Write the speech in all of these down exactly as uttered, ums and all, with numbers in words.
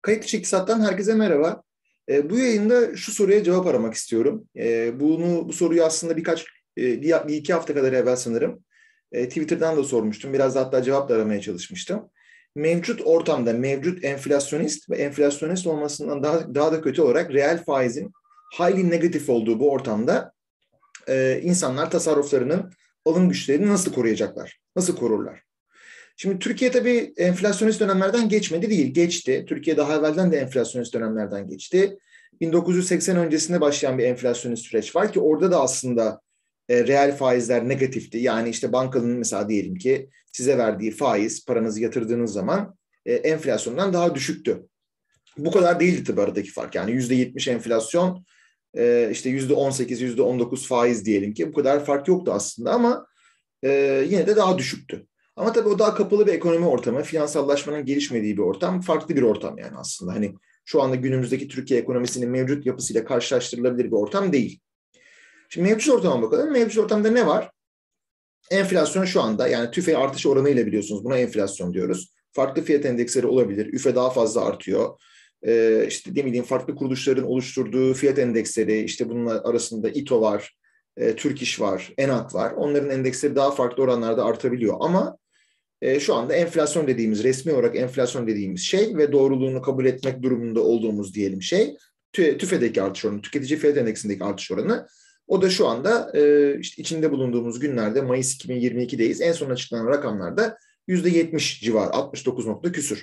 Kayıt dışı İktisat'tan herkese merhaba. E, bu yayında şu soruya cevap aramak istiyorum. E, bunu bu soruyu aslında birkaç e, bir, bir iki hafta kadar evvel sanırım e, Twitter'dan da sormuştum. Biraz da hatta cevap da aramaya çalışmıştım. Mevcut ortamda mevcut enflasyonist ve enflasyonist olmasından daha daha da kötü olarak reel faizin highly negatif olduğu bu ortamda e, insanlar tasarruflarının alım güçlerini nasıl koruyacaklar? Nasıl korurlar? Şimdi Türkiye tabii enflasyonist dönemlerden geçmedi değil, geçti. Türkiye daha evvelden de enflasyonist dönemlerden geçti. bin dokuz yüz seksen öncesinde başlayan bir enflasyonist süreç var ki orada da aslında e, reel faizler negatifti. Yani işte bankanın mesela diyelim ki size verdiği faiz, paranızı yatırdığınız zaman e, enflasyondan daha düşüktü. Bu kadar değildi tabii aradaki fark. Yani yüzde yetmiş enflasyon, e, işte yüzde on sekiz, yüzde on dokuz faiz diyelim ki bu kadar fark yoktu aslında ama e, yine de daha düşüktü. Ama tabii o daha kapalı bir ekonomi ortamı, finansallaşmanın gelişmediği bir ortam, farklı bir ortam yani aslında. Hani şu anda günümüzdeki Türkiye ekonomisinin mevcut yapısıyla karşılaştırılabilir bir ortam değil. Şimdi mevcut ortama bakalım. Mevcut ortamda ne var? Enflasyon şu anda yani TÜFE artış oranıyla biliyorsunuz buna enflasyon diyoruz. Farklı fiyat endeksleri olabilir. üfe daha fazla artıyor. Ee, işte ne bileyim farklı kuruluşların oluşturduğu fiyat endeksleri, işte bunun arasında İTO var, e, Türk İş var, ENAK var. Onların endeksleri daha farklı oranlarda artabiliyor. Ama e, şu anda enflasyon dediğimiz, resmi olarak enflasyon dediğimiz şey ve doğruluğunu kabul etmek durumunda olduğumuz diyelim şey, tü, TÜFE'deki artış oranı, tüketici fiyat endeksindeki artış oranı. O da şu anda e, işte içinde bulunduğumuz günlerde Mayıs iki bin yirmi iki'deyiz. En son açıklanan rakamlarda yüzde yetmiş civar, altmış dokuz nokta küsür.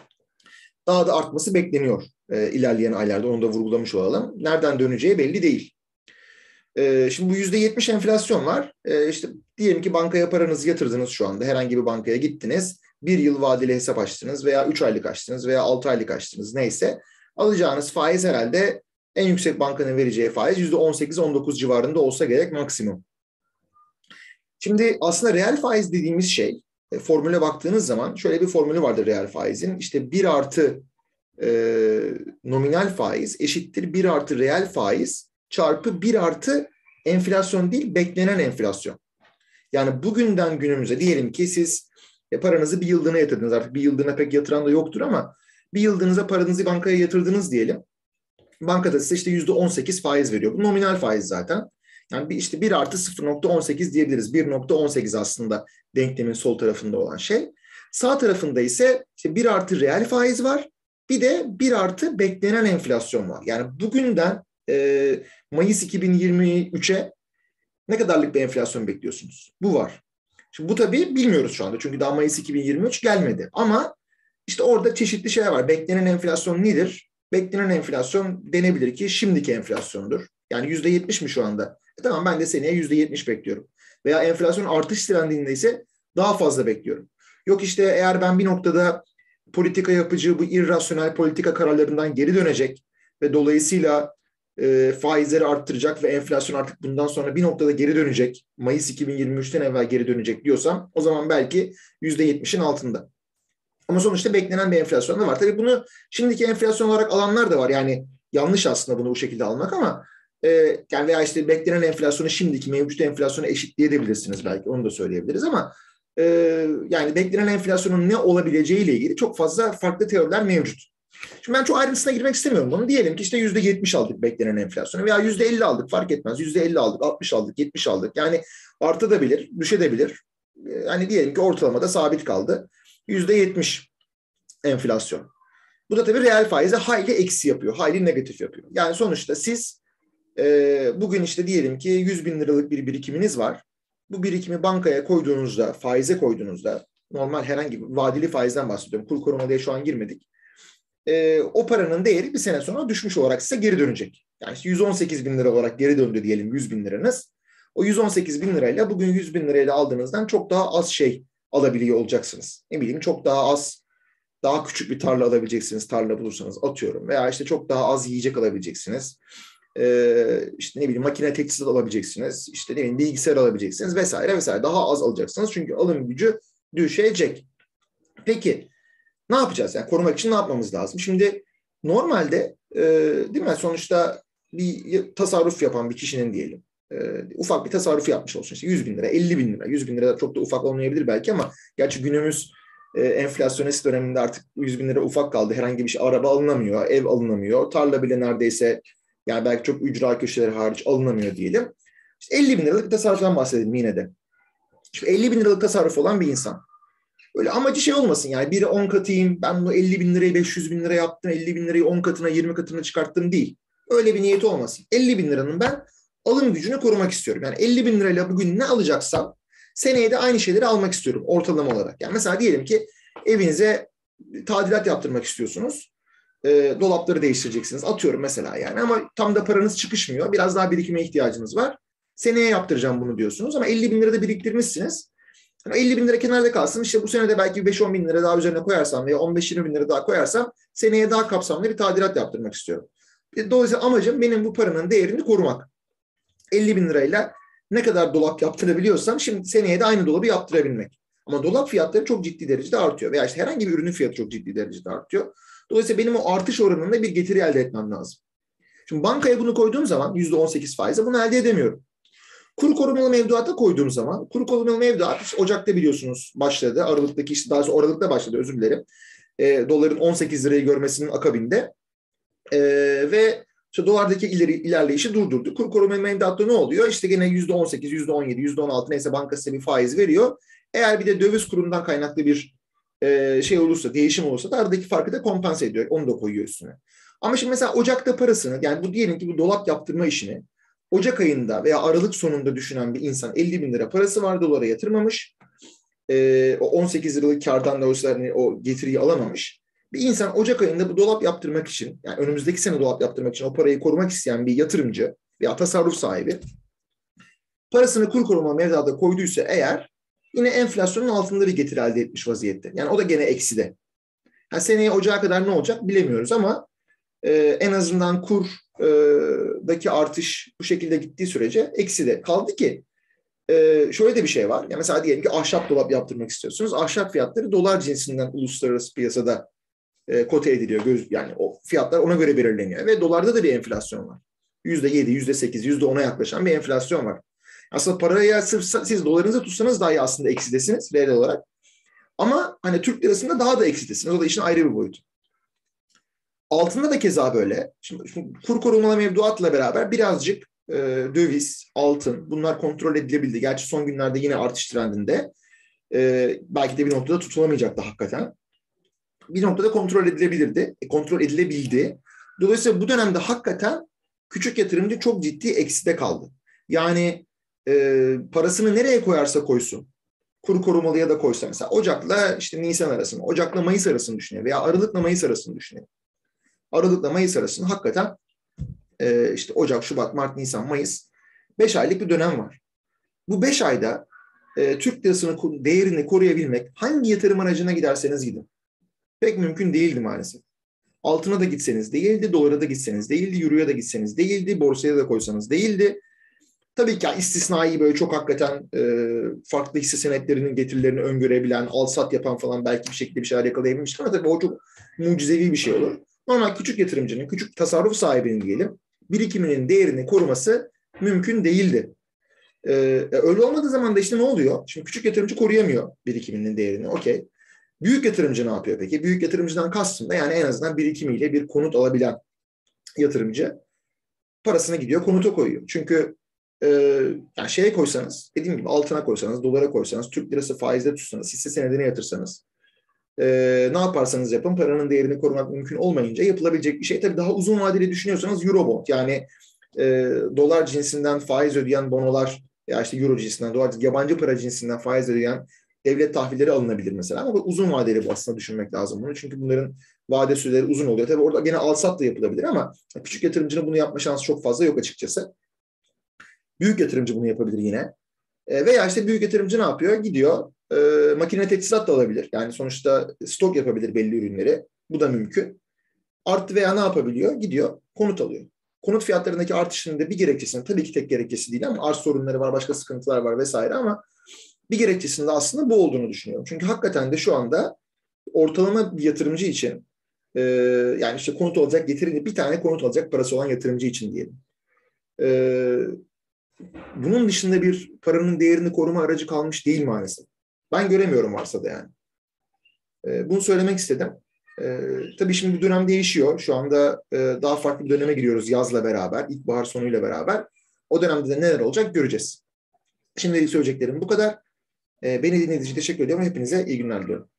Daha da artması bekleniyor e, ilerleyen aylarda, onu da vurgulamış olalım. Nereden döneceği belli değil. E, şimdi bu yüzde yetmiş enflasyon var. E, işte diyelim ki bankaya paranızı yatırdınız şu anda. Herhangi bir bankaya gittiniz. Bir yıl vadeli hesap açtınız veya üç aylık açtınız veya altı aylık açtınız neyse. Alacağınız faiz herhalde en yüksek bankanın vereceği faiz yüzde on sekiz on dokuz civarında olsa gerek maksimum. Şimdi aslında reel faiz dediğimiz şey, e, formüle baktığınız zaman şöyle bir formülü vardır reel faizin. İşte bir artı e, nominal faiz eşittir bir artı reel faiz çarpı bir artı enflasyon değil, beklenen enflasyon. Yani bugünden günümüze diyelim ki siz e, paranızı bir yıldığına yatırdınız. Artık bir yıldığına pek yatıran da yoktur ama bir yıldığınıza paranızı bankaya yatırdınız diyelim. Bankada size işte yüzde on sekiz faiz veriyor. Bu nominal faiz zaten. Yani bir işte bir artı sıfır nokta on sekiz diyebiliriz. bir nokta on sekiz aslında denklemin sol tarafında olan şey. Sağ tarafında ise işte bir artı reel faiz var. Bir de bir artı beklenen enflasyon var. Yani bugünden e, Mayıs iki bin yirmi üç'e ne kadarlık bir enflasyon bekliyorsunuz? Bu var. Şimdi bu tabii bilmiyoruz şu anda. Çünkü daha Mayıs iki bin yirmi üç gelmedi. Ama işte orada çeşitli şeyler var. Beklenen enflasyon nedir? Beklenen enflasyon denebilir ki şimdiki enflasyondur. Yani yüzde yetmiş mi şu anda? E tamam, ben de seneye yüzde yetmiş bekliyorum. Veya enflasyon artış trendinde ise daha fazla bekliyorum. Yok işte eğer ben bir noktada politika yapıcı bu irrasyonel politika kararlarından geri dönecek ve dolayısıyla e, faizleri arttıracak ve enflasyon artık bundan sonra bir noktada geri dönecek. Mayıs iki bin yirmi üç'ten evvel geri dönecek diyorsam o zaman belki yüzde yetmiş'in altında. Ama sonuçta beklenen bir enflasyon da var. Tabii bunu şimdiki enflasyon olarak alanlar da var. Yani yanlış aslında bunu bu şekilde almak ama e, yani veya işte beklenen enflasyonu şimdiki mevcut enflasyona eşitleyebilirsiniz belki. Onu da söyleyebiliriz ama e, yani beklenen enflasyonun ne olabileceğiyle ilgili çok fazla farklı teoriler mevcut. Şimdi ben çok ayrıntısına girmek istemiyorum bunu. Diyelim ki işte yüzde yetmiş aldık beklenen enflasyonu veya yüzde elli aldık, fark etmez. yüzde elli aldık, altmış aldık, yetmiş aldık. Yani artabilir, düşebilir. Yani diyelim ki ortalamada sabit kaldı. yüzde yetmiş enflasyon. Bu da tabii reel faize hayli eksi yapıyor, hayli negatif yapıyor. Yani sonuçta siz e, bugün işte diyelim ki yüz bin liralık bir birikiminiz var. Bu birikimi bankaya koyduğunuzda, faize koyduğunuzda, normal herhangi bir vadeli faizden bahsediyorum. Kur korumalıya şu an girmedik. E, o paranın değeri bir sene sonra düşmüş olarak size geri dönecek. Yani işte yüz on sekiz bin lira olarak geri döndü diyelim yüz bin liranız. O yüz on sekiz bin lirayla bugün yüz bin lirayla aldığınızdan çok daha az şey alabiliyor olacaksınız. Ne bileyim çok daha az, daha küçük bir tarla alabileceksiniz, tarla bulursanız atıyorum. Veya işte çok daha az yiyecek alabileceksiniz. Ee, işte ne bileyim makine teçhizat alabileceksiniz. İşte ne bileyim bilgisayar alabileceksiniz vesaire vesaire. Daha az alacaksınız çünkü alım gücü düşecek. Peki ne yapacağız? Yani korumak için ne yapmamız lazım? Şimdi normalde e, değil mi? Sonuçta bir tasarruf yapan bir kişinin diyelim. E, ufak bir tasarruf yapmış olsun. İşte yüz bin lira, elli bin lira. yüz bin lira çok da ufak olmayabilir belki ama gerçi günümüz e, enflasyonist döneminde artık yüz bin lira ufak kaldı. Herhangi bir şey, araba alınamıyor, ev alınamıyor. Tarla bile neredeyse, yani belki çok ücra köşeleri hariç alınamıyor diyelim. İşte elli bin liralık bir tasarruftan bahsedelim yine de. Şimdi elli bin liralık tasarruf olan bir insan. Öyle amacı şey olmasın yani, biri on katıyım, ben bunu elli bin lirayı beş yüz bin lira yaptım, elli bin lirayı on katına yirmi katına çıkarttım değil. Öyle bir niyeti olmasın. elli bin liranın ben alım gücünü korumak istiyorum. Yani elli bin lirayla bugün ne alacaksam seneye de aynı şeyleri almak istiyorum ortalama olarak. Yani mesela diyelim ki evinize tadilat yaptırmak istiyorsunuz. E, dolapları değiştireceksiniz. Atıyorum mesela yani, ama tam da paranız çıkışmıyor. Biraz daha birikime ihtiyacınız var. Seneye yaptıracağım bunu diyorsunuz ama elli bin lira da biriktirmişsiniz. Yani elli bin lira kenarda kalsın. İşte bu sene de belki beş on bin lira daha üzerine koyarsam veya on beş yirmi bin lira daha koyarsam seneye daha kapsamlı bir tadilat yaptırmak istiyorum. Dolayısıyla amacım benim bu paranın değerini korumak. elli bin lirayla ne kadar dolap yaptırabiliyorsam şimdi seneye de aynı dolabı yaptırabilmek. Ama dolap fiyatları çok ciddi derecede artıyor. Veya işte herhangi bir ürünün fiyatı çok ciddi derecede artıyor. Dolayısıyla benim o artış oranında bir getiri elde etmem lazım. Şimdi bankaya bunu koyduğum zaman yüzde on sekiz faize bunu elde edemiyorum. Kur korumalı mevduata koyduğum zaman, kur korumalı mevduat işte Ocak'ta biliyorsunuz başladı. Aralık'taki işte daha sonra Aralık'ta başladı, özür dilerim. E, doların on sekiz lirayı görmesinin akabinde e, ve işte dolardaki ileri, ilerleyişi durdurdu. Kur korumalı mevduatta ne oluyor? İşte gene yüzde on sekiz, yüzde on yedi, yüzde on altı neyse banka size bir faiz veriyor. Eğer bir de döviz kurundan kaynaklı bir e, şey olursa, değişim olursa da aradaki farkı da kompanse ediyor. Onu da koyuyor üstüne. Ama şimdi mesela Ocak'ta parasını, yani bu diyelim ki bu dolap yaptırma işini Ocak ayında veya Aralık sonunda düşünen bir insan elli bin lira parası var, dolara yatırmamış. E, o on sekiz liralık kardan da olsa hani o getiriyi alamamış. Bir insan Ocak ayında bu dolap yaptırmak için, yani önümüzdeki sene dolap yaptırmak için o parayı korumak isteyen bir yatırımcı veya tasarruf sahibi parasını kur koruma mevduata koyduysa eğer, yine enflasyonun altında bir getiri elde etmiş vaziyette. Yani o da gene ekside. Yani seneye Ocak'a kadar ne olacak bilemiyoruz ama e, en azından kurdaki artış bu şekilde gittiği sürece ekside. Kaldı ki e, şöyle de bir şey var. Yani mesela diyelim ki ahşap dolap yaptırmak istiyorsunuz. Ahşap fiyatları dolar cinsinden uluslararası piyasada e, kote ediliyor. Göz, yani o fiyatlar ona göre belirleniyor. Ve dolarda da bir enflasyon var. yüzde yedi, yüzde sekiz, yüzde ona yaklaşan bir enflasyon var. Aslında paraya sırf siz dolarınızı tutsanız dahi aslında eksidesiniz reel olarak. Ama hani Türk lirasında daha da eksidesiniz. O da işin ayrı bir boyutu. Altında da keza böyle. Şimdi, şimdi kur korumalı mevduatla beraber birazcık e, döviz, altın bunlar kontrol edilebildi. Gerçi son günlerde yine artış trendinde. E, belki de bir noktada tutulamayacaktı hakikaten. Bir noktada kontrol edilebilirdi. E, kontrol edilebildi. Dolayısıyla bu dönemde hakikaten küçük yatırımcı çok ciddi ekside kaldı. Yani e, parasını nereye koyarsa koysun, kur korumalıya da koysa mesela Ocak'la işte Nisan arasını, Ocak'la Mayıs arasını düşünüyor veya Aralık'la Mayıs arasını düşünüyor. Aralık'la Mayıs arasında hakikaten e, işte Ocak, Şubat, Mart, Nisan, Mayıs beş aylık bir dönem var. Bu beş ayda e, Türk lirasının değerini koruyabilmek hangi yatırım aracına giderseniz gidin pek mümkün değildi maalesef. Altına da gitseniz değildi, dolara da gitseniz değildi, euroya da gitseniz değildi, borsaya da koysanız değildi. Tabii ki istisnai böyle çok hakikaten e, farklı hisse senetlerinin getirilerini öngörebilen, al-sat yapan falan belki bir şekilde bir şeyler yakalayabilmiştir ama tabii o çok mucizevi bir şey olur. Normal küçük yatırımcının, küçük tasarruf sahibinin diyelim, birikiminin değerini koruması mümkün değildi. Ee, öyle olmadığı zaman da işte ne oluyor? Şimdi küçük yatırımcı koruyamıyor birikiminin değerini. Okey. Büyük yatırımcı ne yapıyor peki? Büyük yatırımcıdan kastım da yani en azından birikimiyle bir konut alabilen yatırımcı parasını gidiyor konuta koyuyor. Çünkü e, yani şeye koysanız, dediğim gibi altına koysanız, dolara koysanız, Türk lirası faizde tutsanız, hisse senedine yatırsanız, e, ne yaparsanız yapın paranın değerini korumak mümkün olmayınca yapılabilecek bir şey. Tabii daha uzun vadeli düşünüyorsanız Eurobond, yani e, dolar cinsinden faiz ödeyen bonolar ya işte Euro cinsinden, dolar, yabancı para cinsinden faiz ödeyen devlet tahvilleri alınabilir mesela. Ama uzun vadeli bu aslında düşünmek lazım bunu. Çünkü bunların vade süreleri uzun oluyor. Tabii orada gene al-sat da yapılabilir ama küçük yatırımcının bunu yapma şansı çok fazla yok açıkçası. Büyük yatırımcı bunu yapabilir yine. E, veya işte büyük yatırımcı ne yapıyor? Gidiyor e, makine teçhizat da alabilir. Yani sonuçta stok yapabilir belli ürünleri. Bu da mümkün. Artı veya ne yapabiliyor? Gidiyor konut alıyor. Konut fiyatlarındaki artışının da bir gerekçesinin, tabii ki tek gerekçesi değil ama arz sorunları var, başka sıkıntılar var vesaire ama bir gerekçesinin de aslında bu olduğunu düşünüyorum. Çünkü hakikaten de şu anda ortalama bir yatırımcı için e, yani işte konut alacak, getirini bir tane konut alacak parası olan yatırımcı için diyelim. E, bunun dışında bir paranın değerini koruma aracı kalmış değil maalesef. Ben göremiyorum varsa da yani. E, bunu söylemek istedim. E, tabii şimdi bu dönem değişiyor. Şu anda e, daha farklı bir döneme giriyoruz yazla beraber, ilkbahar sonuyla beraber. O dönemde de neler olacak göreceğiz. Şimdi söyleyeceklerim bu kadar. E, beni dinlediğiniz için teşekkür ediyorum. Hepinize iyi günler diliyorum.